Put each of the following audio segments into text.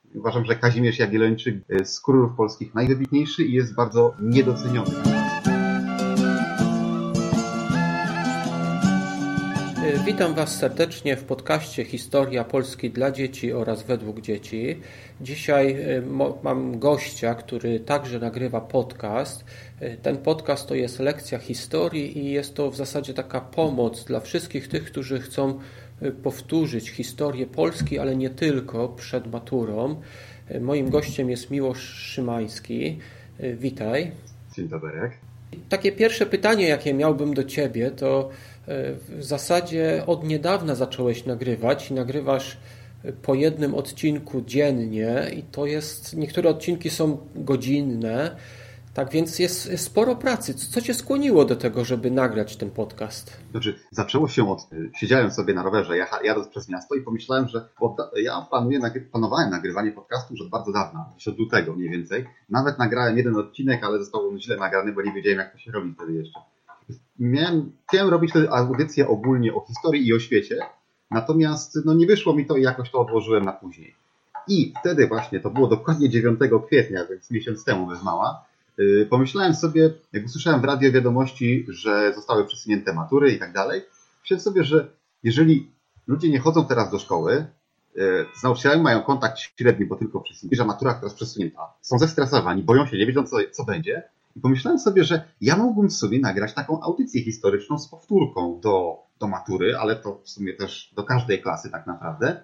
Uważam, że Kazimierz Jagiellończyk z królów polskich najwybitniejszy i jest bardzo niedoceniony. Witam Was serdecznie w podcaście Historia Polski dla dzieci oraz według dzieci. Dzisiaj mam gościa, który także nagrywa podcast. Ten podcast to jest lekcja historii i jest to w zasadzie taka pomoc dla wszystkich tych, którzy chcą powtórzyć historię Polski, ale nie tylko, przed maturą. Moim gościem jest Miłosz Szymański. Witaj. Dzień dobry. Takie pierwsze pytanie, jakie miałbym do Ciebie, to w zasadzie od niedawna zacząłeś nagrywać i nagrywasz po jednym odcinku dziennie i to jest, niektóre odcinki są godzinne, tak więc jest sporo pracy. Co Cię skłoniło do tego, żeby nagrać ten podcast? Zaczęło się siedziałem sobie na rowerze, jadąc przez miasto i pomyślałem, że ja planowałem nagrywanie podcastu już od bardzo dawna, gdzieś od lutego mniej więcej. Nawet nagrałem jeden odcinek, ale został on źle nagrany, bo nie wiedziałem, jak to się robi wtedy jeszcze. Chciałem robić wtedy audycję ogólnie o historii i o świecie, natomiast nie wyszło mi to i jakoś to odłożyłem na później. I wtedy właśnie, to było dokładnie 9 kwietnia, więc miesiąc temu bez mała, pomyślałem sobie, jak usłyszałem w radio wiadomości, że zostały przesunięte matury i tak dalej, myślałem sobie, że jeżeli ludzie nie chodzą teraz do szkoły, z nauczycielami mają kontakt średni, bo tylko że matura teraz przesunięta, są zestresowani, boją się, nie wiedzą co będzie. I pomyślałem sobie, że ja mógłbym sobie nagrać taką audycję historyczną z powtórką do matury, ale to w sumie też do każdej klasy tak naprawdę.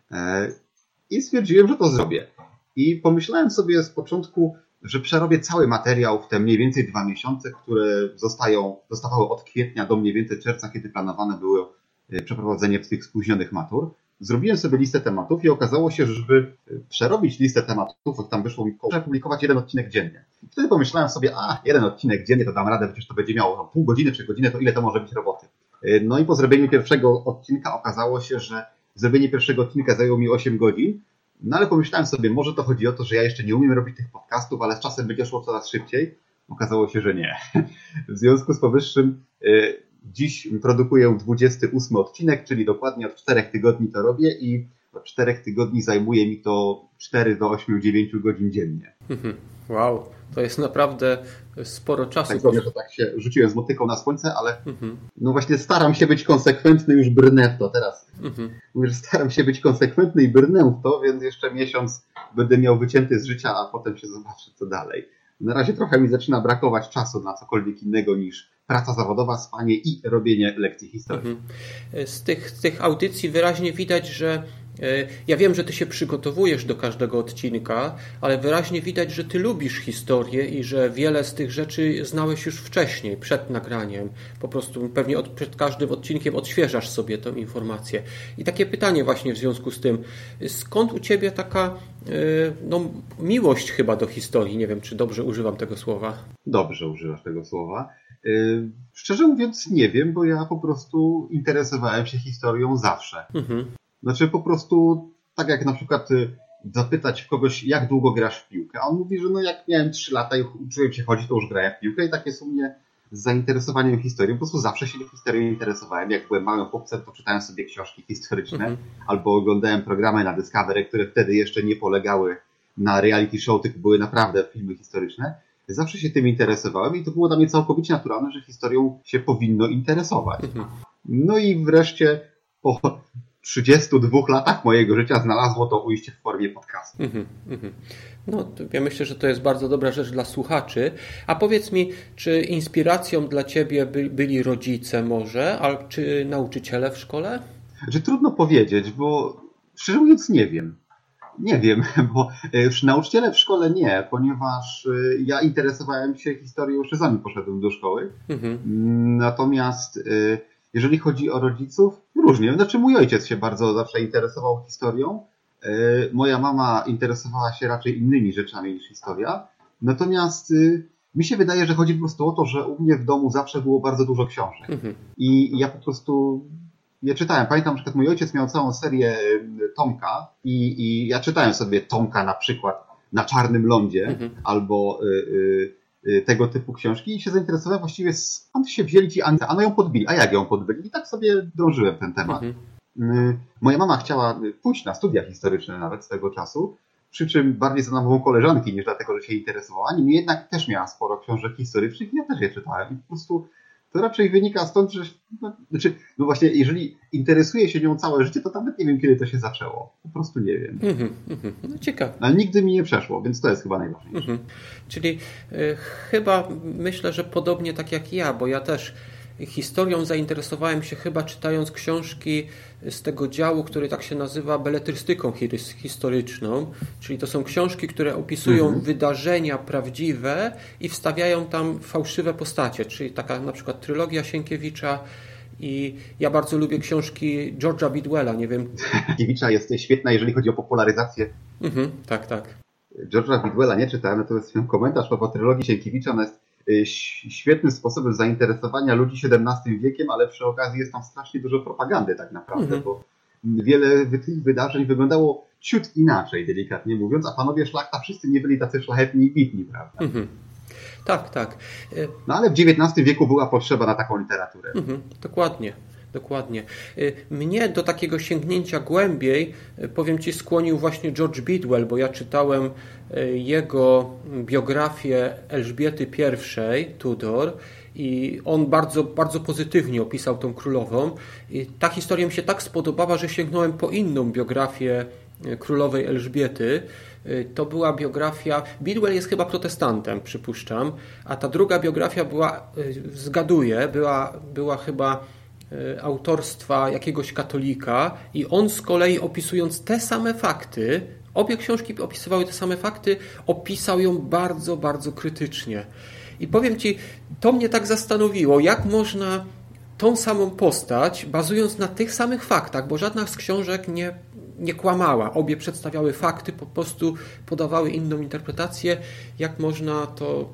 I stwierdziłem, że to zrobię. I pomyślałem sobie z początku, że przerobię cały materiał w te mniej więcej 2 miesiące, które zostawały od kwietnia do mniej więcej czerwca, kiedy planowane było przeprowadzenie tych spóźnionych matur. Zrobiłem sobie listę tematów i okazało się, że żeby przerobić listę tematów, jak tam wyszło mi, trzeba publikować jeden odcinek dziennie. I wtedy pomyślałem sobie, jeden odcinek dziennie to dam radę, przecież to będzie miało pół godziny czy godzinę, to ile to może być roboty. No i po zrobieniu pierwszego odcinka okazało się, że zrobienie pierwszego odcinka zajęło mi 8 godzin, no ale pomyślałem sobie, może to chodzi o to, że ja jeszcze nie umiem robić tych podcastów, ale z czasem będzie szło coraz szybciej. Okazało się, że nie. W związku z powyższym dziś produkuję 28 odcinek, czyli dokładnie od 4 tygodni to robię i od 4 tygodni zajmuje mi to 4 do 8-9 godzin dziennie. Wow, to jest naprawdę sporo czasu. Tak powiem, że tak się rzuciłem z motyką na słońce, ale no właśnie staram się być konsekwentny, już brnę w to teraz. Mówię, że staram się być konsekwentny i brnę w to, więc jeszcze miesiąc będę miał wycięty z życia, a potem się zobaczy co dalej. Na razie trochę mi zaczyna brakować czasu na cokolwiek innego niż praca zawodowa, spanie i robienie lekcji historii. Z tych audycji wyraźnie widać, że ja wiem, że Ty się przygotowujesz do każdego odcinka, ale wyraźnie widać, że Ty lubisz historię i że wiele z tych rzeczy znałeś już wcześniej, przed nagraniem. Po prostu pewnie przed każdym odcinkiem odświeżasz sobie tę informację. I takie pytanie właśnie w związku z tym. Skąd u Ciebie taka miłość chyba do historii? Nie wiem, czy dobrze używam tego słowa. Dobrze używasz tego słowa. Szczerze mówiąc nie wiem, bo ja po prostu interesowałem się historią zawsze. Znaczy po prostu, tak jak na przykład zapytać kogoś, jak długo grasz w piłkę, a on mówi, że jak miałem 3 lata i uczyłem się chodzić, to już grałem w piłkę i tak jest u mnie z zainteresowaniem historią. Po prostu zawsze się historią interesowałem. Jak byłem małym chłopcem, to czytałem sobie książki historyczne albo oglądałem programy na Discovery, które wtedy jeszcze nie polegały na reality show, tylko były naprawdę filmy historyczne. Zawsze się tym interesowałem i to było dla mnie całkowicie naturalne, że historią się powinno interesować. No i wreszcie po 32 latach mojego życia znalazło to ujście w formie podcastu. No, ja myślę, że to jest bardzo dobra rzecz dla słuchaczy. A powiedz mi, czy inspiracją dla Ciebie byli rodzice może, czy nauczyciele w szkole? Że trudno powiedzieć, bo szczerze mówiąc nie wiem. Nie wiem, bo już nauczyciele w szkole nie, ponieważ ja interesowałem się historią już zanim poszedłem do szkoły. Natomiast jeżeli chodzi o rodziców, różnie. Znaczy mój ojciec się bardzo zawsze interesował historią. Moja mama interesowała się raczej innymi rzeczami niż historia. Natomiast mi się wydaje, że chodzi po prostu o to, że u mnie w domu zawsze było bardzo dużo książek. I ja po prostu je czytałem. Pamiętam, że mój ojciec miał całą serię Tomka i ja czytałem sobie Tomka na przykład na Czarnym Lądzie albo tego typu książki i się zainteresowałem właściwie skąd się wzięli ci Ancy, a no ją podbili, a jak ją podbili? I tak sobie drążyłem ten temat. Moja mama chciała pójść na studia historyczne nawet z tego czasu, przy czym bardziej za namową koleżanki niż dlatego, że się interesowała. Niemniej jednak też miała sporo książek historycznych i ja też je czytałem. I po prostu to raczej wynika stąd, że no właśnie, jeżeli interesuje się nią całe życie, to nawet nie wiem, kiedy to się zaczęło. Po prostu nie wiem. No ciekawe. Ale nigdy mi nie przeszło, więc to jest chyba najważniejsze. Czyli chyba myślę, że podobnie tak jak ja, bo ja też historią zainteresowałem się chyba czytając książki z tego działu, który tak się nazywa beletrystyką historyczną, czyli to są książki, które opisują wydarzenia prawdziwe i wstawiają tam fałszywe postacie, czyli taka na przykład trylogia Sienkiewicza i ja bardzo lubię książki George'a Bidwella, nie wiem. Sienkiewicza jest świetna, jeżeli chodzi o popularyzację. Tak, tak. George'a Bidwella nie czytałem, natomiast komentarz po trylogii Sienkiewicza, ona jest świetnym sposobem zainteresowania ludzi XVII wiekiem, ale przy okazji jest tam strasznie dużo propagandy tak naprawdę, bo wiele tych wydarzeń wyglądało ciut inaczej, delikatnie mówiąc, a panowie szlachta wszyscy nie byli tacy szlachetni i bitni, prawda? Tak, tak. No ale w XIX wieku była potrzeba na taką literaturę. Dokładnie. Dokładnie. Mnie do takiego sięgnięcia głębiej, powiem Ci, skłonił właśnie George Bidwell, bo ja czytałem jego biografię Elżbiety I Tudor i on bardzo, bardzo pozytywnie opisał tą królową. I ta historia mi się tak spodobała, że sięgnąłem po inną biografię królowej Elżbiety. To była biografia, Bidwell jest chyba protestantem, przypuszczam, a ta druga biografia była, zgaduję, była chyba autorstwa jakiegoś katolika i on z kolei opisując te same fakty, obie książki opisywały te same fakty, opisał ją bardzo, bardzo krytycznie. I powiem Ci, to mnie tak zastanowiło, jak można tą samą postać, bazując na tych samych faktach, bo żadna z książek nie kłamała, obie przedstawiały fakty, po prostu podawały inną interpretację, jak można to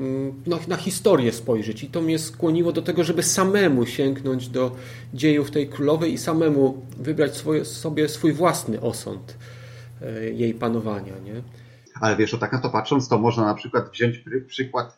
na historię spojrzeć. I to mnie skłoniło do tego, żeby samemu sięgnąć do dziejów tej królowej i samemu wybrać sobie swój własny osąd jej panowania. Nie? Ale wiesz, tak na to patrząc, to można na przykład wziąć przykład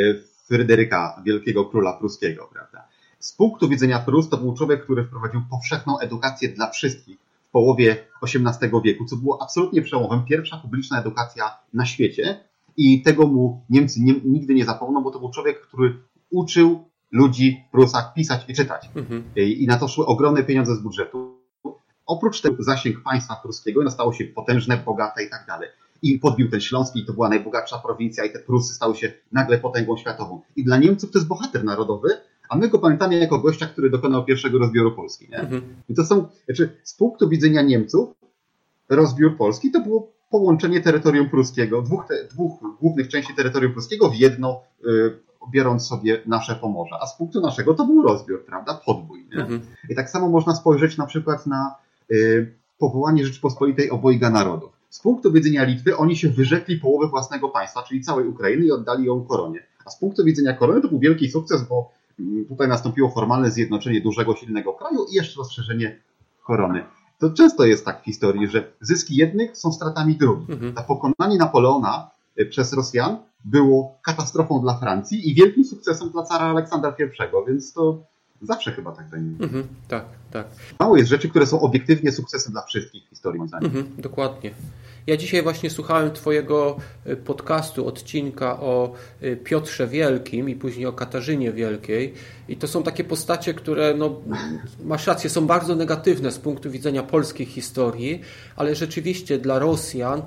Fryderyka, wielkiego króla pruskiego, prawda? Z punktu widzenia Prus to był człowiek, który wprowadził powszechną edukację dla wszystkich w połowie XVIII wieku, co było absolutnie przełomem. Pierwsza publiczna edukacja na świecie i tego mu Niemcy nigdy nie zapomną, bo to był człowiek, który uczył ludzi w Prusach pisać i czytać. I na to szły ogromne pieniądze z budżetu. Oprócz tego zasięg państwa pruskiego stało się potężne, bogate i tak dalej. I podbił ten Śląski, to była najbogatsza prowincja i te Prusy stały się nagle potęgą światową. I dla Niemców to jest bohater narodowy, a my go pamiętamy jako gościa, który dokonał pierwszego rozbioru Polski. Nie? I to są, z punktu widzenia Niemców, rozbiór Polski to było połączenie terytorium pruskiego, dwóch głównych części terytorium pruskiego w jedno, biorąc sobie nasze Pomorza. A z punktu naszego to był rozbiór, prawda? Podbój. Nie? I tak samo można spojrzeć na przykład na powołanie Rzeczypospolitej obojga narodów. Z punktu widzenia Litwy oni się wyrzekli połowy własnego państwa, czyli całej Ukrainy i oddali ją koronie. A z punktu widzenia korony to był wielki sukces, bo tutaj nastąpiło formalne zjednoczenie dużego, silnego kraju i jeszcze rozszerzenie korony. To często jest tak w historii, że zyski jednych są stratami drugich. A pokonanie Napoleona przez Rosjan było katastrofą dla Francji i wielkim sukcesem dla cara Aleksandra I, więc to zawsze chyba tak będzie. Tak, tak. Mało jest rzeczy, które są obiektywnie sukcesem dla wszystkich w historii, moim zdaniem. Dokładnie. Ja dzisiaj właśnie słuchałem Twojego podcastu, odcinka o Piotrze Wielkim i później o Katarzynie Wielkiej i to są takie postacie, które, masz rację, są bardzo negatywne z punktu widzenia polskiej historii, ale rzeczywiście dla Rosjan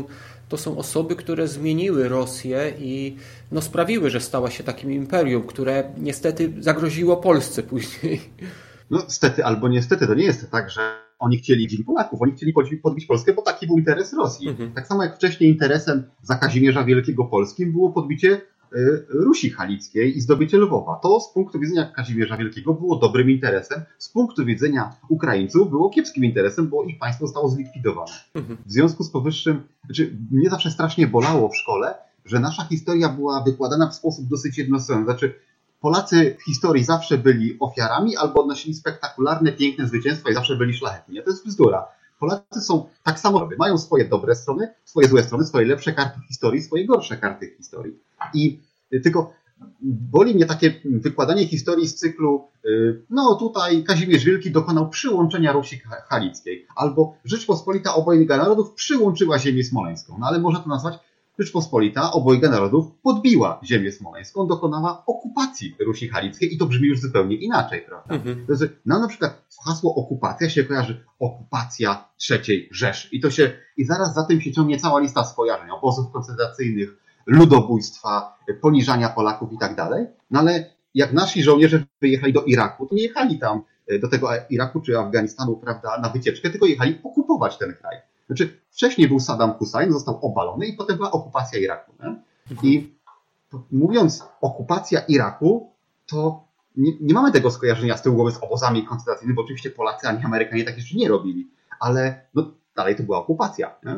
to są osoby, które zmieniły Rosję i sprawiły, że stała się takim imperium, które niestety zagroziło Polsce później. No stety albo niestety, to nie jest tak, że oni chcieli dzielić Polaków, oni chcieli podbić Polskę, bo taki był interes Rosji. Tak samo jak wcześniej interesem za Kazimierza Wielkiego Polskim było podbicie Rusi Halickiej i zdobycie Lwowa. To z punktu widzenia Kazimierza Wielkiego było dobrym interesem, z punktu widzenia Ukraińców było kiepskim interesem, bo ich państwo zostało zlikwidowane. W związku z powyższym, mnie zawsze strasznie bolało w szkole, że nasza historia była wykładana w sposób dosyć jednostronny. Polacy w historii zawsze byli ofiarami albo odnosili spektakularne, piękne zwycięstwa i zawsze byli szlachetni. To jest bzdura. Polacy są tak samo, mają swoje dobre strony, swoje złe strony, swoje lepsze karty historii, swoje gorsze karty historii. I tylko boli mnie takie wykładanie historii z cyklu no tutaj Kazimierz Wielki dokonał przyłączenia Rusi Halickiej, albo Rzeczpospolita Obojga Narodów przyłączyła ziemię smoleńską. No ale można to nazwać Rzeczpospolita Obojga Narodów podbiła ziemię smoleńską, dokonała okupacji Rusi Halickiej i to brzmi już zupełnie inaczej, prawda? To znaczy, nam na przykład hasło okupacja się kojarzy okupacja III Rzeszy i zaraz za tym się ciągnie cała lista skojarzeń, obozów koncentracyjnych, ludobójstwa, poniżania Polaków i tak dalej. No ale jak nasi żołnierze wyjechali do Iraku, to nie jechali tam do tego Iraku czy Afganistanu, prawda, na wycieczkę, tylko jechali okupować ten kraj. Znaczy, wcześniej był Saddam Hussein, został obalony i potem była okupacja Iraku. Nie? I mówiąc okupacja Iraku, to nie mamy tego skojarzenia z tyłu głowy z obozami koncentracyjnymi, bo oczywiście Polacy ani Amerykanie tak jeszcze nie robili, ale no, dalej to była okupacja. Nie?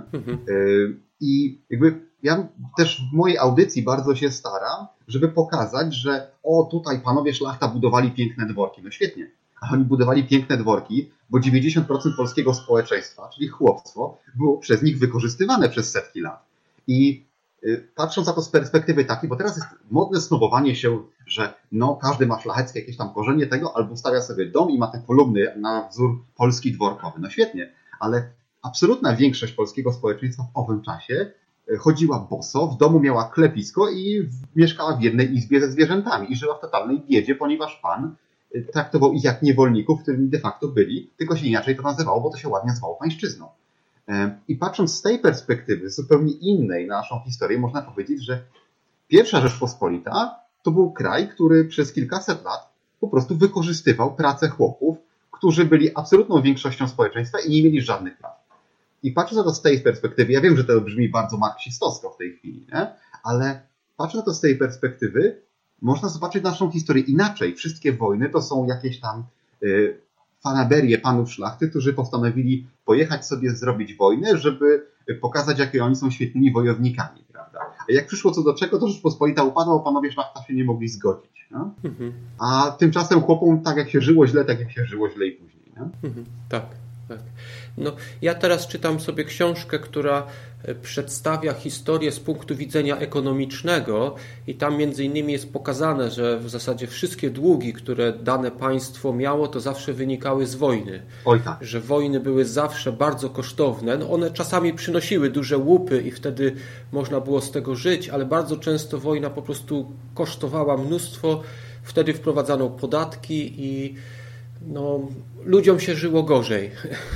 I jakby ja też w mojej audycji bardzo się staram, żeby pokazać, że tutaj panowie szlachta budowali piękne dworki. No świetnie. A oni budowali piękne dworki, bo 90% polskiego społeczeństwa, czyli chłopstwo, było przez nich wykorzystywane przez setki lat. I patrząc na to z perspektywy takiej, bo teraz jest modne snobowanie się, że no każdy ma szlacheckie jakieś tam korzenie tego, albo stawia sobie dom i ma te kolumny na wzór polski dworkowy. No świetnie, ale absolutna większość polskiego społeczeństwa w owym czasie chodziła boso, w domu miała klepisko i mieszkała w jednej izbie ze zwierzętami i żyła w totalnej biedzie, ponieważ pan traktował ich jak niewolników, którymi de facto byli, tylko się inaczej to nazywało, bo to się ładnie zwało pańszczyzną. I patrząc z tej perspektywy, zupełnie innej na naszą historię, można powiedzieć, że pierwsza Rzeczpospolita to był kraj, który przez kilkaset lat po prostu wykorzystywał pracę chłopów, którzy byli absolutną większością społeczeństwa i nie mieli żadnych praw. I patrząc na to z tej perspektywy, ja wiem, że to brzmi bardzo marksistowsko w tej chwili, nie? Ale patrząc na to z tej perspektywy, można zobaczyć naszą historię inaczej. Wszystkie wojny to są jakieś tam fanaberie panów szlachty, którzy postanowili pojechać sobie zrobić wojnę, żeby pokazać, jakie oni są świetnymi wojownikami, prawda? A jak przyszło co do czego, to Rzeczpospolita upadła, bo panowie szlachta się nie mogli zgodzić. No? A tymczasem chłopom tak jak się żyło źle, tak jak się żyło źle i później. No? Tak. Tak. No, ja teraz czytam sobie książkę, która przedstawia historię z punktu widzenia ekonomicznego i tam między innymi jest pokazane, że w zasadzie wszystkie długi, które dane państwo miało, to zawsze wynikały z wojny. Oj tak. Że wojny były zawsze bardzo kosztowne. No one czasami przynosiły duże łupy i wtedy można było z tego żyć, ale bardzo często wojna po prostu kosztowała mnóstwo. Wtedy wprowadzano podatki i no, ludziom się żyło gorzej.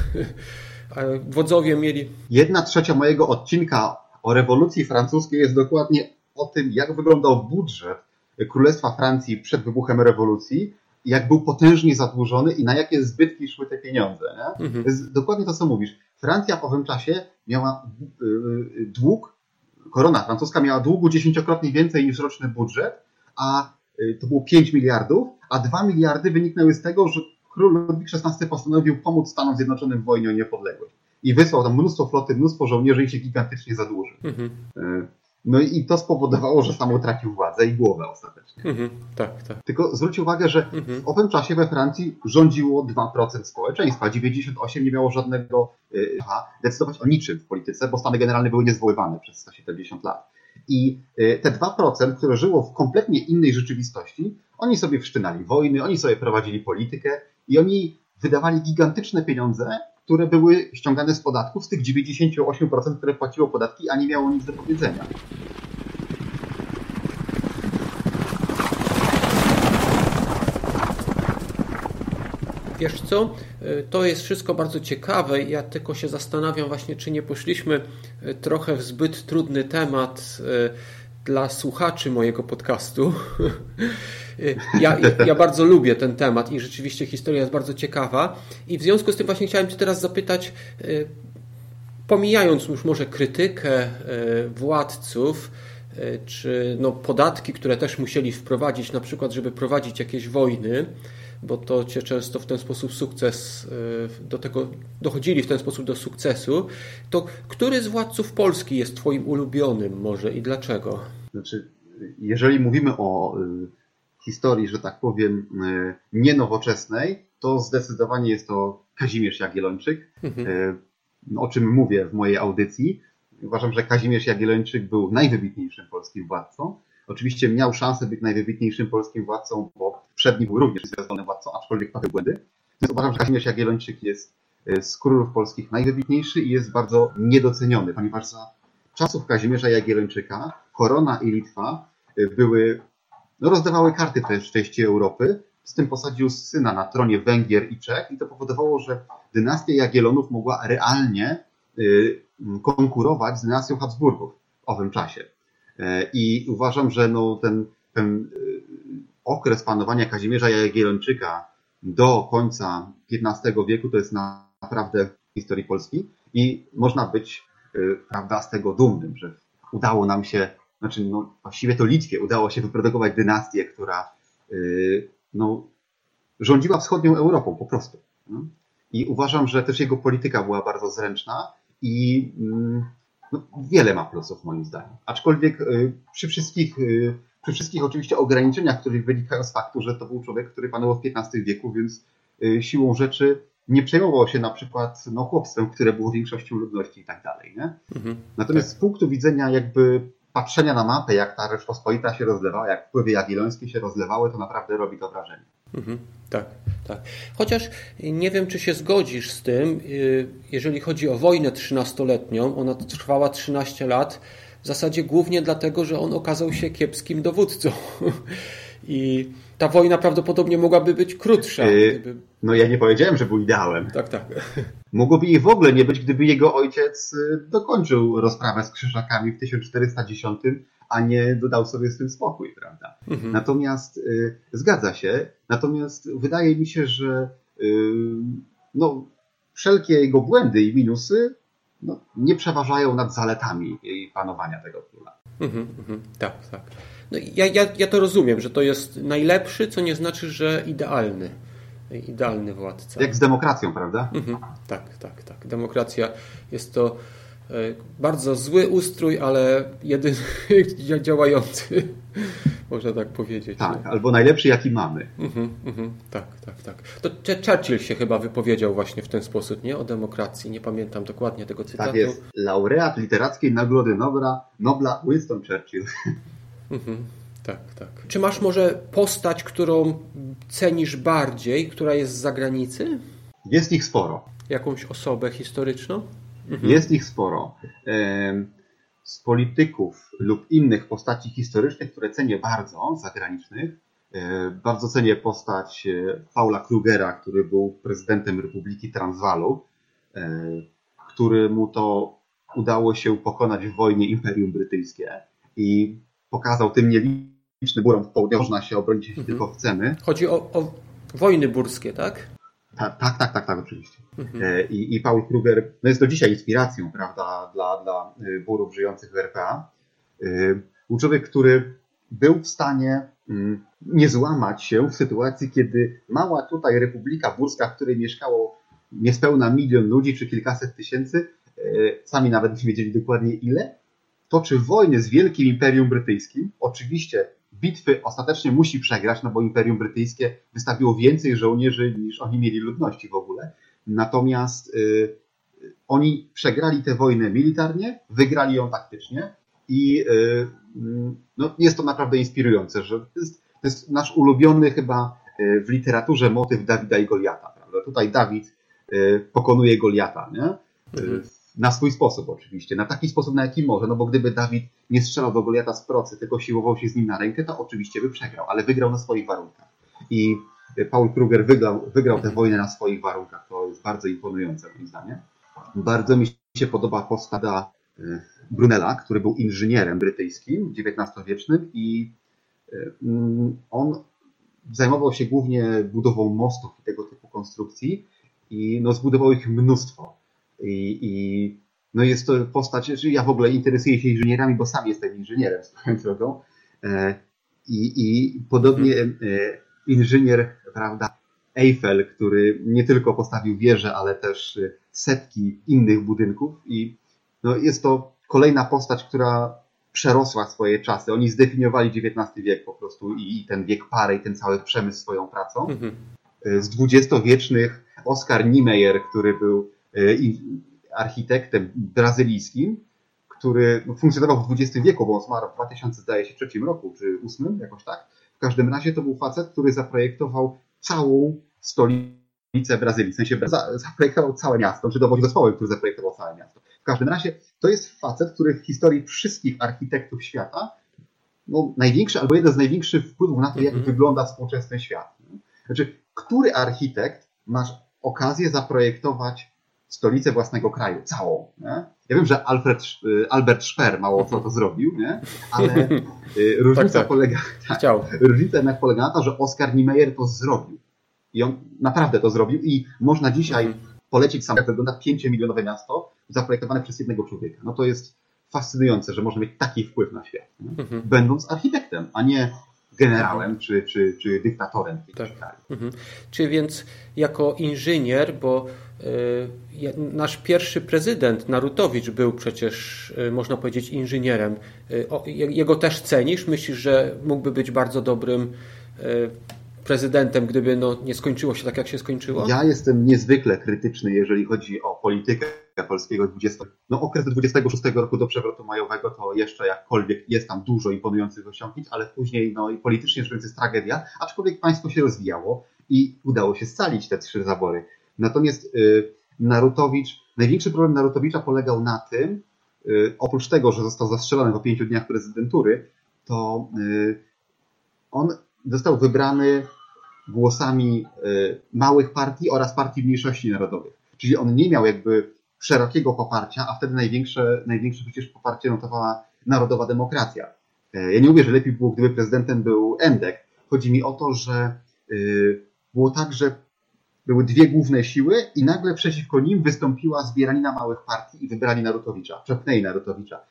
Wodzowie mieli... 1/3 mojego odcinka o rewolucji francuskiej jest dokładnie o tym, jak wyglądał budżet Królestwa Francji przed wybuchem rewolucji, jak był potężnie zadłużony i na jakie zbytki szły te pieniądze. Nie? To jest dokładnie to, co mówisz. Francja w owym czasie miała dług, korona francuska miała długu 10-krotnie więcej niż roczny budżet, a to było 5 miliardów, a 2 miliardy wyniknęły z tego, że król Ludwik XVI postanowił pomóc Stanom Zjednoczonym w wojnie o niepodległość. I wysłał tam mnóstwo floty, mnóstwo żołnierzy i się gigantycznie zadłużył. No i to spowodowało, że sam utracił władzę i głowę ostatecznie. Tak, tak. Tylko zwróć uwagę, że w owym czasie we Francji rządziło 2% społeczeństwa, 98% nie miało żadnego decydować o niczym w polityce, bo Stany Generalne były niezwoływane przez 170 lat. I te 2%, które żyło w kompletnie innej rzeczywistości, oni sobie wszczynali wojny, oni sobie prowadzili politykę i oni wydawali gigantyczne pieniądze, które były ściągane z podatków, z tych 98%, które płaciło podatki, a nie miało nic do powiedzenia. Wiesz co, to jest wszystko bardzo ciekawe. Ja tylko się zastanawiam właśnie, czy nie poszliśmy trochę w zbyt trudny temat dla słuchaczy mojego podcastu. Ja bardzo lubię ten temat i rzeczywiście historia jest bardzo ciekawa. I w związku z tym właśnie chciałem Cię teraz zapytać, pomijając już może krytykę władców, czy no podatki, które też musieli wprowadzić, na przykład, żeby prowadzić jakieś wojny, bo to Cię często w ten sposób dochodzili w ten sposób do sukcesu, to który z władców Polski jest Twoim ulubionym może i dlaczego? Znaczy, jeżeli mówimy o historii, że tak powiem, nienowoczesnej, to zdecydowanie jest to Kazimierz Jagiellończyk, o czym mówię w mojej audycji. Uważam, że Kazimierz Jagiellończyk był najwybitniejszym polskim władcą. Oczywiście miał szansę być najwybitniejszym polskim władcą, bo przed nim był również zwiazdolnym władcą, aczkolwiek popełnił błędy. Więc uważam, że Kazimierz Jagiellończyk jest z królowych polskich najwybitniejszy i jest bardzo niedoceniony, ponieważ za czasów Kazimierza Jagiellończyka Korona i Litwa rozdawały karty w części Europy. Z tym posadził syna na tronie Węgier i Czech i to powodowało, że dynastia Jagiellonów mogła realnie konkurować z dynastią Habsburgów w owym czasie. I uważam, że ten okres panowania Kazimierza Jagiellończyka do końca XV wieku to jest naprawdę w historii Polski i można być, prawda, z tego dumnym, że udało nam się, właściwie to Litwie udało się wyprodukować dynastię, która rządziła wschodnią Europą po prostu. I uważam, że też jego polityka była bardzo zręczna i wiele ma plusów moim zdaniem. Aczkolwiek przy wszystkich oczywiście ograniczeniach, które wynikają z faktu, że to był człowiek, który panował w XV wieku, więc siłą rzeczy nie przejmował się na przykład chłopstwem, które było większością ludności i tak dalej. Nie? Natomiast z punktu widzenia jakby patrzenia na mapę, jak ta Rzeczpospolita się rozlewała, jak wpływy jagiellońskie się rozlewały, to naprawdę robi to wrażenie. Tak. Chociaż nie wiem, czy się zgodzisz z tym, jeżeli chodzi o wojnę 13-letnią, ona trwała 13 lat, w zasadzie głównie dlatego, że on okazał się kiepskim dowódcą. I ta wojna prawdopodobnie mogłaby być krótsza. Ja nie powiedziałem, że był ideałem. Tak. Mogłoby jej w ogóle nie być, gdyby jego ojciec dokończył rozprawę z Krzyżakami w 1410, a nie dodał sobie z tym spokój, prawda? Natomiast zgadza się. Natomiast wydaje mi się, że wszelkie jego błędy i minusy nie przeważają nad zaletami jej panowania tego króla. Tak. Ja to rozumiem, że to jest najlepszy, co nie znaczy, że idealny władca. Jak z demokracją, prawda? Tak. Demokracja jest to bardzo zły ustrój, ale jedyny działający, można tak powiedzieć. Tak, albo najlepszy, jaki mamy. Tak. To Churchill się chyba wypowiedział właśnie w ten sposób, nie? O demokracji. Nie pamiętam dokładnie tego cytatu. Tak jest. Laureat literackiej Nagrody Nobla Winston Churchill. Tak. Czy masz może postać, którą cenisz bardziej, która jest z zagranicy? Jest ich sporo. Jakąś osobę historyczną? Jest ich sporo. Z polityków lub innych postaci historycznych, które cenię bardzo, zagranicznych, bardzo cenię postać Paula Krugera, który był prezydentem Republiki Transwaalu, któremu to udało się pokonać w wojnie Imperium Brytyjskie i pokazał tym nielicznym burom w południu, można się obronić, jeśli tylko chcemy. Chodzi o wojny burskie, tak? Tak, oczywiście. I Paul Kruger jest do dzisiaj inspiracją, prawda, dla Burów żyjących w RPA. Był człowiek, który był w stanie nie złamać się w sytuacji, kiedy mała tutaj Republika Burska, w której mieszkało niespełna 1 milion ludzi czy kilkaset tysięcy, sami nawet nie wiedzieli dokładnie ile, toczy wojny z Wielkim Imperium Brytyjskim. Oczywiście bitwy ostatecznie musi przegrać, bo Imperium Brytyjskie wystawiło więcej żołnierzy niż oni mieli ludności w ogóle. Natomiast oni przegrali tę wojnę militarnie, wygrali ją taktycznie i jest to naprawdę inspirujące, że to jest nasz ulubiony chyba w literaturze motyw Dawida i Goliata. Prawda? Tutaj Dawid pokonuje Goliata, nie? Na swój sposób oczywiście, na taki sposób, na jaki może, bo gdyby Dawid nie strzelał do Goliata z procy, tylko siłował się z nim na rękę, to oczywiście by przegrał, ale wygrał na swoich warunkach. I Paul Kruger wygrał tę wojnę na swoich warunkach, to jest bardzo imponujące moim zdaniem. Bardzo mi się podoba postać Brunela, który był inżynierem brytyjskim, XIX-wiecznym i on zajmował się głównie budową mostów i tego typu konstrukcji i zbudował ich mnóstwo. I jest to postać, że ja w ogóle interesuję się inżynierami, bo sam jestem inżynierem swoją drogą. I podobnie inżynier, prawda, Eiffel, który nie tylko postawił wieże, ale też setki innych budynków. I jest to kolejna postać, która przerosła swoje czasy. Oni zdefiniowali XIX wiek po prostu i ten wiek pary i ten cały przemysł swoją pracą. Z dwudziestowiecznych Oskar Niemeyer, który był architektem brazylijskim, który funkcjonował w XX wieku, bo on zmarł w 2003 roku, czy 2008, jakoś tak. W każdym razie to był facet, który zaprojektował całą stolicę Brazylii, w sensie zaprojektował całe miasto, czy dowodzi zespołem, który zaprojektował całe miasto. W każdym razie to jest facet, który w historii wszystkich architektów świata największy albo jeden z największych wpływów na to, jak wygląda współczesny świat. Znaczy, który architekt masz okazję zaprojektować stolicę własnego kraju, całą. Nie? Ja wiem, że Albert Speer mało co to zrobił, nie? Ale różnica różnica jednak polega na to, że Oskar Niemeyer to zrobił. I on naprawdę to zrobił i można dzisiaj polecić sam, jak wygląda 5-milionowe miasto zaprojektowane przez jednego człowieka. No to jest fascynujące, że można mieć taki wpływ na świat, będąc architektem, a nie generałem czy dyktatorem. Tak. Czyli więc jako inżynier, bo nasz pierwszy prezydent Narutowicz był przecież, można powiedzieć, inżynierem. Jego też cenisz? Myślisz, że mógłby być bardzo dobrym prezydentem, gdyby nie skończyło się tak, jak się skończyło? Ja jestem niezwykle krytyczny, jeżeli chodzi o politykę polskiego okres do 26 roku do przewrotu majowego, to jeszcze jakkolwiek jest tam dużo imponujących osiągnięć, ale później i politycznie rzecz biorąc jest tragedia, aczkolwiek państwo się rozwijało i udało się scalić te 3 zabory. Natomiast największy problem Narutowicza polegał na tym, oprócz tego, że został zastrzelony po 5 dniach prezydentury, to on został wybrany głosami małych partii oraz partii mniejszości narodowych. Czyli on nie miał jakby szerokiego poparcia, a wtedy największe przecież poparcie notowała Narodowa Demokracja. Ja nie mówię, że lepiej było, gdyby prezydentem był Endek. Chodzi mi o to, że było tak, że były 2 główne siły i nagle przeciwko nim wystąpiła zbieranina małych partii i wybrali Narutowicza, przepchnęli Narutowicza.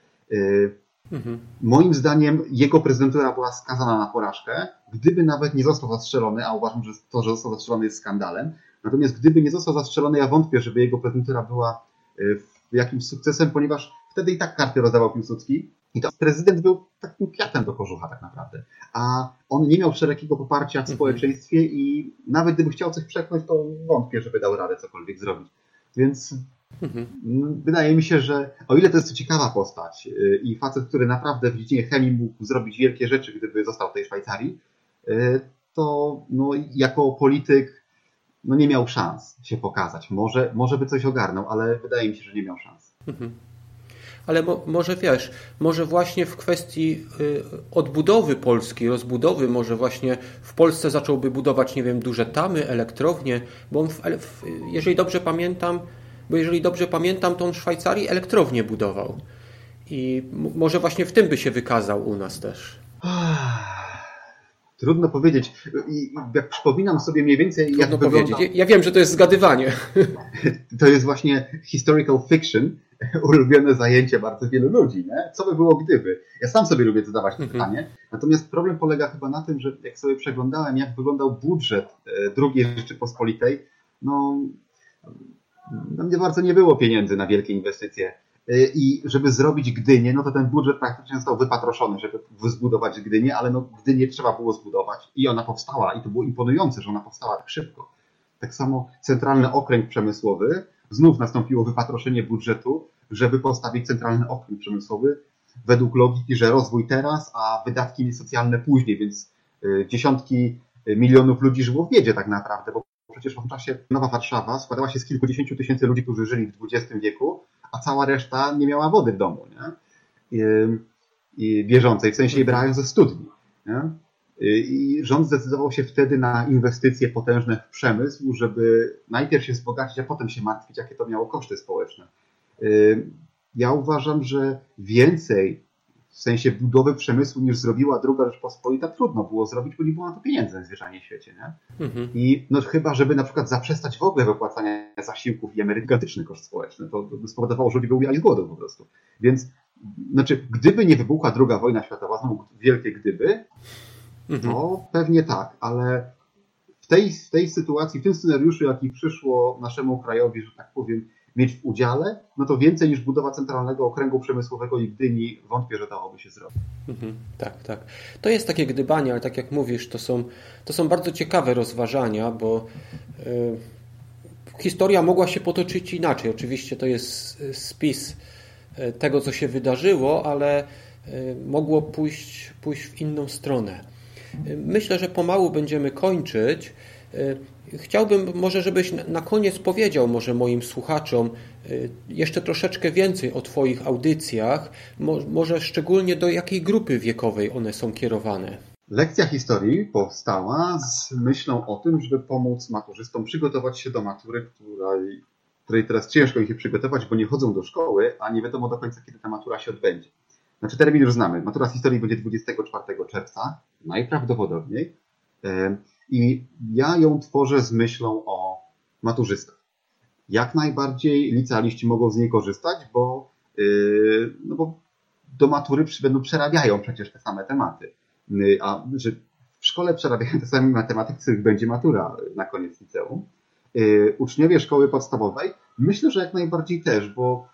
Moim zdaniem jego prezydentura była skazana na porażkę, gdyby nawet nie został zastrzelony, a uważam, że to, że został zastrzelony jest skandalem. Natomiast gdyby nie został zastrzelony, ja wątpię, żeby jego prezydentura była jakimś sukcesem, ponieważ wtedy i tak karty rozdawał Piłsudski i to prezydent był takim kwiatem do kożucha tak naprawdę. A on nie miał szerokiego poparcia w społeczeństwie i nawet gdyby chciał coś przepchnąć, to wątpię, żeby dał radę cokolwiek zrobić. Więc wydaje mi się, że o ile to jest ciekawa postać i facet, który naprawdę w dziedzinie chemii mógł zrobić wielkie rzeczy, gdyby został w tej Szwajcarii, to jako polityk nie miał szans się pokazać. Może by coś ogarnął, ale wydaje mi się, że nie miał szans. Ale może wiesz, może właśnie w kwestii odbudowy Polski, rozbudowy, może właśnie w Polsce zacząłby budować, nie wiem, duże tamy, elektrownie, bo on jeżeli dobrze pamiętam, to on w Szwajcarii elektrownię budował. I może właśnie w tym by się wykazał u nas też. Trudno powiedzieć. I jak przypominam sobie mniej więcej, jak wygląda... Ja wiem, że to jest zgadywanie. To jest właśnie historical fiction, ulubione zajęcie bardzo wielu ludzi. Nie? Co by było gdyby? Ja sam sobie lubię zadawać to pytanie. Natomiast problem polega chyba na tym, że jak sobie przeglądałem, jak wyglądał budżet II Rzeczypospolitej, nie bardzo nie było pieniędzy na wielkie inwestycje. I żeby zrobić Gdynię, to ten budżet praktycznie został wypatroszony, żeby zbudować Gdynię, ale Gdynię trzeba było zbudować i ona powstała i to było imponujące, że ona powstała tak szybko. Tak samo Centralny Okręg Przemysłowy, znów nastąpiło wypatroszenie budżetu, żeby postawić Centralny Okręg Przemysłowy według logiki, że rozwój teraz, a wydatki socjalne później, więc dziesiątki milionów ludzi żyło w biedzie tak naprawdę, bo przecież w tym czasie Nowa Warszawa składała się z kilkudziesięciu tysięcy ludzi, którzy żyli w XX wieku, a cała reszta nie miała wody w domu, nie? I bieżącej, w sensie brała ją ze studni. Nie? I rząd zdecydował się wtedy na inwestycje potężne w przemysł, żeby najpierw się wzbogacić, a potem się martwić, jakie to miało koszty społeczne. Ja uważam, że więcej w sensie budowy przemysłu niż zrobiła II Rzeczpospolita trudno było zrobić, bo nie było na to pieniędzy najzwyczajniej w świecie. Nie? I chyba, żeby na przykład zaprzestać w ogóle wypłacania zasiłków i emerytur, gigantyczny koszt społeczny, to spowodowało, że ludzie by umierali z głodu po prostu. Więc gdyby nie wybuchła II wojna światowa, znowu wielkie gdyby, to pewnie tak, ale w tej sytuacji, w tym scenariuszu, jaki przyszło naszemu krajowi, że tak powiem, mieć w udziale, to więcej niż budowa Centralnego Okręgu Przemysłowego i Gdyni wątpię, że dałoby się zrobić. Tak. To jest takie gdybanie, ale tak jak mówisz, to są bardzo ciekawe rozważania, bo historia mogła się potoczyć inaczej. Oczywiście to jest spis tego, co się wydarzyło, ale mogło pójść w inną stronę. Myślę, że pomału będziemy kończyć. Chciałbym może, żebyś na koniec powiedział może moim słuchaczom jeszcze troszeczkę więcej o Twoich audycjach, może szczególnie do jakiej grupy wiekowej one są kierowane. Lekcja historii powstała z myślą o tym, żeby pomóc maturzystom przygotować się do matury, której teraz ciężko im się przygotować, bo nie chodzą do szkoły, a nie wiadomo do końca, kiedy ta matura się odbędzie. Znaczy termin już znamy. Matura z historii będzie 24 czerwca, najprawdopodobniej. I ja ją tworzę z myślą o maturzystach. Jak najbardziej licealiści mogą z niej korzystać, bo do matury przerabiają przecież te same tematy. A że w szkole przerabiają te same tematy, których będzie matura na koniec liceum. Uczniowie szkoły podstawowej myślę, że jak najbardziej też, bo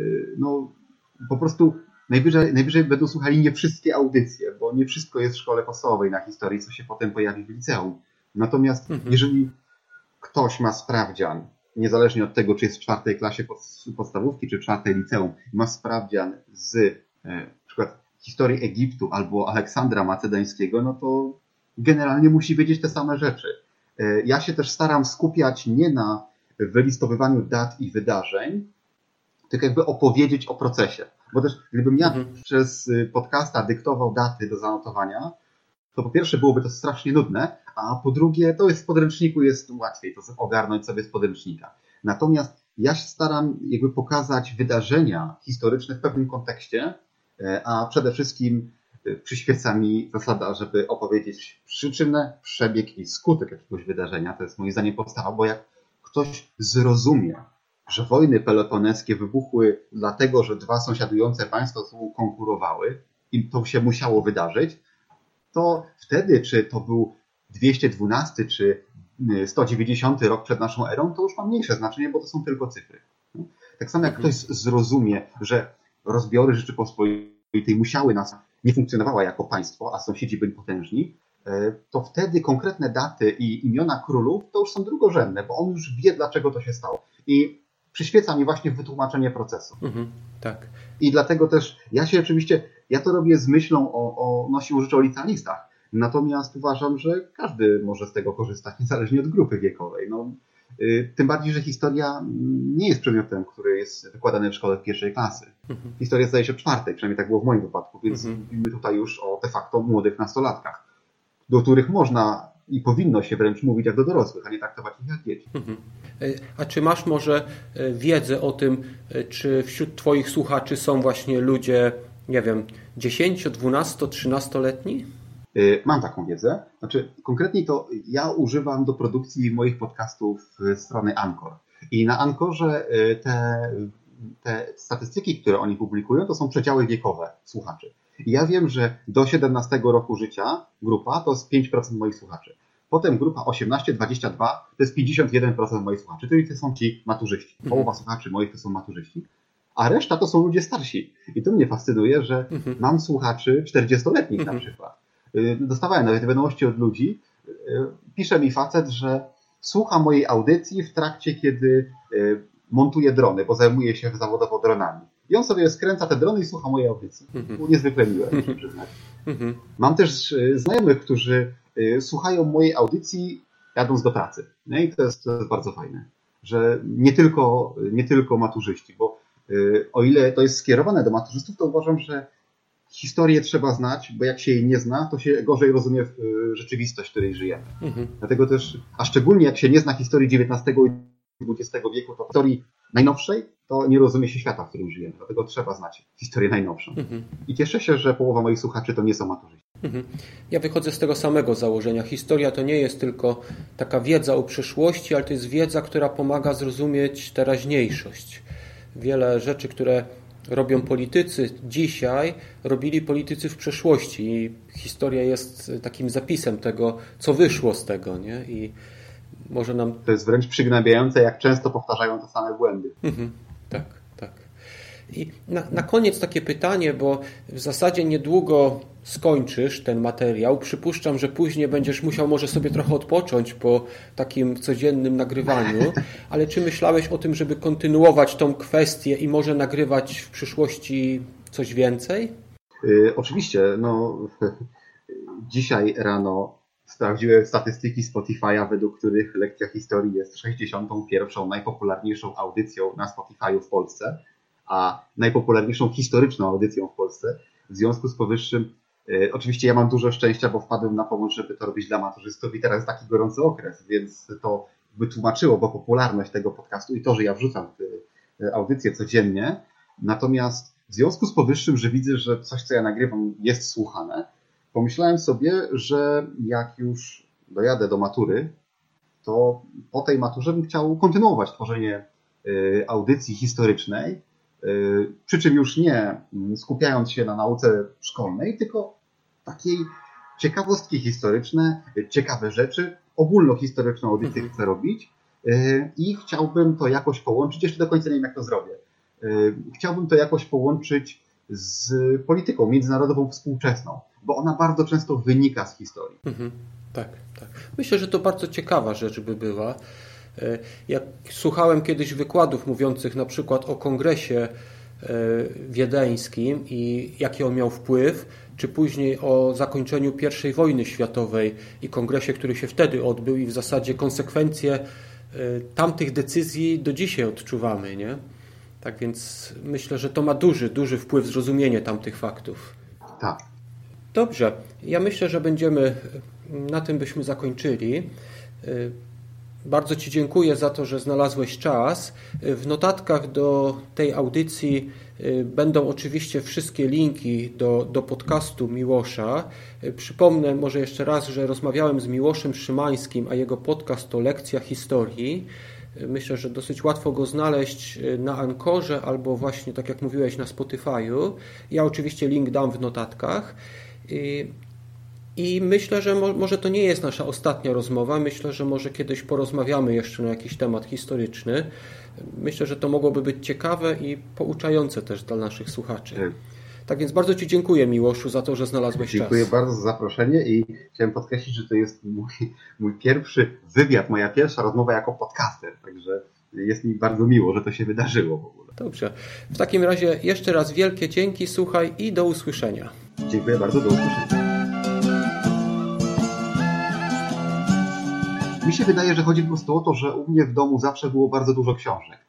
po prostu najwyżej będą słuchali nie wszystkie audycje, bo nie wszystko jest w szkole podstawowej na historii, co się potem pojawi w liceum. Natomiast jeżeli ktoś ma sprawdzian, niezależnie od tego, czy jest w 4. klasie podstawówki, czy w 4. liceum, ma sprawdzian z na przykład historii Egiptu albo Aleksandra Macedońskiego, no to generalnie musi wiedzieć te same rzeczy. Ja się też staram skupiać nie na wylistowywaniu dat i wydarzeń, tylko jakby opowiedzieć o procesie. Bo też gdybym ja przez podcasta dyktował daty do zanotowania, to po pierwsze byłoby to strasznie nudne, a po drugie to jest w podręczniku, jest łatwiej to ogarnąć sobie z podręcznika. Natomiast ja się staram jakby pokazać wydarzenia historyczne w pewnym kontekście, a przede wszystkim przyświeca mi zasada, żeby opowiedzieć przyczynę, przebieg i skutek jakiegoś wydarzenia. To jest moim zdaniem podstawa, bo jak ktoś zrozumie, że wojny peloponeskie wybuchły dlatego, że dwa sąsiadujące państwa ze sobą konkurowały i to się musiało wydarzyć, to wtedy, czy to był 212 czy 190 rok przed naszą erą, to już ma mniejsze znaczenie, bo to są tylko cyfry. Tak samo jak ktoś zrozumie, że rozbiory Rzeczypospolitej musiały nas, nie funkcjonowała jako państwo, a sąsiedzi byli potężni, to wtedy konkretne daty i imiona królów to już są drugorzędne, bo on już wie, dlaczego to się stało. I przyświeca mi właśnie wytłumaczenie procesu. Tak. I dlatego też ja to robię z myślą siłą rzeczy o licealistach. Natomiast uważam, że każdy może z tego korzystać, niezależnie od grupy wiekowej. Tym bardziej, że historia nie jest przedmiotem, który jest wykładany w szkole 1. klasy. Historia zdaje się 4, przynajmniej tak było w moim wypadku, więc mówimy tutaj już o de facto młodych nastolatkach, do których można i powinno się wręcz mówić jak do dorosłych, a nie traktować ich jak dzieci. A czy masz może wiedzę o tym, czy wśród Twoich słuchaczy są właśnie ludzie, nie wiem, 10, 12, 13-letni? Mam taką wiedzę. Znaczy, konkretnie to ja używam do produkcji moich podcastów strony Anchor. I na Anchorze te statystyki, które oni publikują, to są przedziały wiekowe słuchaczy. I ja wiem, że do 17 roku życia grupa to jest 5% moich słuchaczy. Potem grupa 18-22 to jest 51% moich słuchaczy. To są ci maturzyści. Połowa słuchaczy moich to są maturzyści. A reszta to są ludzie starsi. I to mnie fascynuje, że mam słuchaczy 40-letnich na przykład. Dostawałem nawet wiadomości od ludzi. Pisze mi facet, że słucha mojej audycji w trakcie, kiedy montuje drony, bo zajmuje się zawodowo dronami. I on sobie skręca te drony i słucha mojej audycji. Było niezwykle miłe, muszę przyznać. Mam też znajomych, którzy słuchają mojej audycji jadąc do pracy. I to jest bardzo fajne, że nie tylko maturzyści, bo o ile to jest skierowane do maturzystów, to uważam, że historię trzeba znać, bo jak się jej nie zna, to się gorzej rozumie rzeczywistość, w której żyjemy. Dlatego też, a szczególnie jak się nie zna historii XIX i XX wieku, to historii najnowszej, to nie rozumie się świata, w którym żyjemy. Dlatego trzeba znać historię najnowszą. I cieszę się, że połowa moich słuchaczy to nie są maturzyści. Ja wychodzę z tego samego założenia. Historia to nie jest tylko taka wiedza o przeszłości, ale to jest wiedza, która pomaga zrozumieć teraźniejszość. Wiele rzeczy, które robią politycy dzisiaj, robili politycy w przeszłości. I historia jest takim zapisem tego, co wyszło z tego, nie? I może nam... To jest wręcz przygnębiające, jak często powtarzają te same błędy. Tak, tak. I na koniec takie pytanie, bo w zasadzie niedługo skończysz ten materiał. Przypuszczam, że później będziesz musiał może sobie trochę odpocząć po takim codziennym nagrywaniu, ale czy myślałeś o tym, żeby kontynuować tą kwestię i może nagrywać w przyszłości coś więcej? Oczywiście. Dzisiaj rano sprawdziłem statystyki Spotify'a, według których lekcja historii jest 61. najpopularniejszą audycją na Spotify'u w Polsce, a najpopularniejszą historyczną audycją w Polsce. W związku z powyższym, oczywiście ja mam dużo szczęścia, bo wpadłem na pomysł, żeby to robić dla maturzystów i teraz jest taki gorący okres, więc to wytłumaczyło, bo popularność tego podcastu i to, że ja wrzucam te audycje codziennie. Natomiast w związku z powyższym, że widzę, że coś, co ja nagrywam, jest słuchane, pomyślałem sobie, że jak już dojadę do matury, to po tej maturze bym chciał kontynuować tworzenie audycji historycznej, przy czym już nie skupiając się na nauce szkolnej, tylko takiej ciekawostki historyczne, ciekawe rzeczy, ogólnohistoryczną audycję chcę robić i chciałbym to jakoś połączyć, jeszcze do końca nie wiem jak to zrobię, chciałbym to jakoś połączyć z polityką międzynarodową współczesną, bo ona bardzo często wynika z historii. Tak. Myślę, że to bardzo ciekawa rzecz by była. Jak słuchałem kiedyś wykładów mówiących na przykład o kongresie wiedeńskim i jaki on miał wpływ, czy później o zakończeniu I wojny światowej i kongresie, który się wtedy odbył i w zasadzie konsekwencje tamtych decyzji do dzisiaj odczuwamy, nie? Tak więc myślę, że to ma duży wpływ zrozumienie tamtych faktów. Tak. Dobrze, ja myślę, że na tym byśmy zakończyli. Bardzo Ci dziękuję za to, że znalazłeś czas. W notatkach do tej audycji będą oczywiście wszystkie linki do podcastu Miłosza. Przypomnę może jeszcze raz, że rozmawiałem z Miłoszem Szymańskim, a jego podcast to Lekcja Historii. Myślę, że dosyć łatwo go znaleźć na Ankorze albo właśnie, tak jak mówiłeś, na Spotify'u. Ja oczywiście link dam w notatkach. I myślę, że może to nie jest nasza ostatnia rozmowa. Myślę, że może kiedyś porozmawiamy jeszcze na jakiś temat historyczny. Myślę, że to mogłoby być ciekawe i pouczające też dla naszych słuchaczy. Tak więc bardzo Ci dziękuję, Miłoszu, za to, że znalazłeś czas. Dziękuję bardzo za zaproszenie i chciałem podkreślić, że to jest mój pierwszy wywiad, moja pierwsza rozmowa jako podcaster. Także jest mi bardzo miło, że to się wydarzyło w ogóle. Dobrze. W takim razie jeszcze raz wielkie dzięki, słuchaj i do usłyszenia. Dziękuję bardzo, do usłyszenia. Mi się wydaje, że chodzi po prostu o to, że u mnie w domu zawsze było bardzo dużo książek.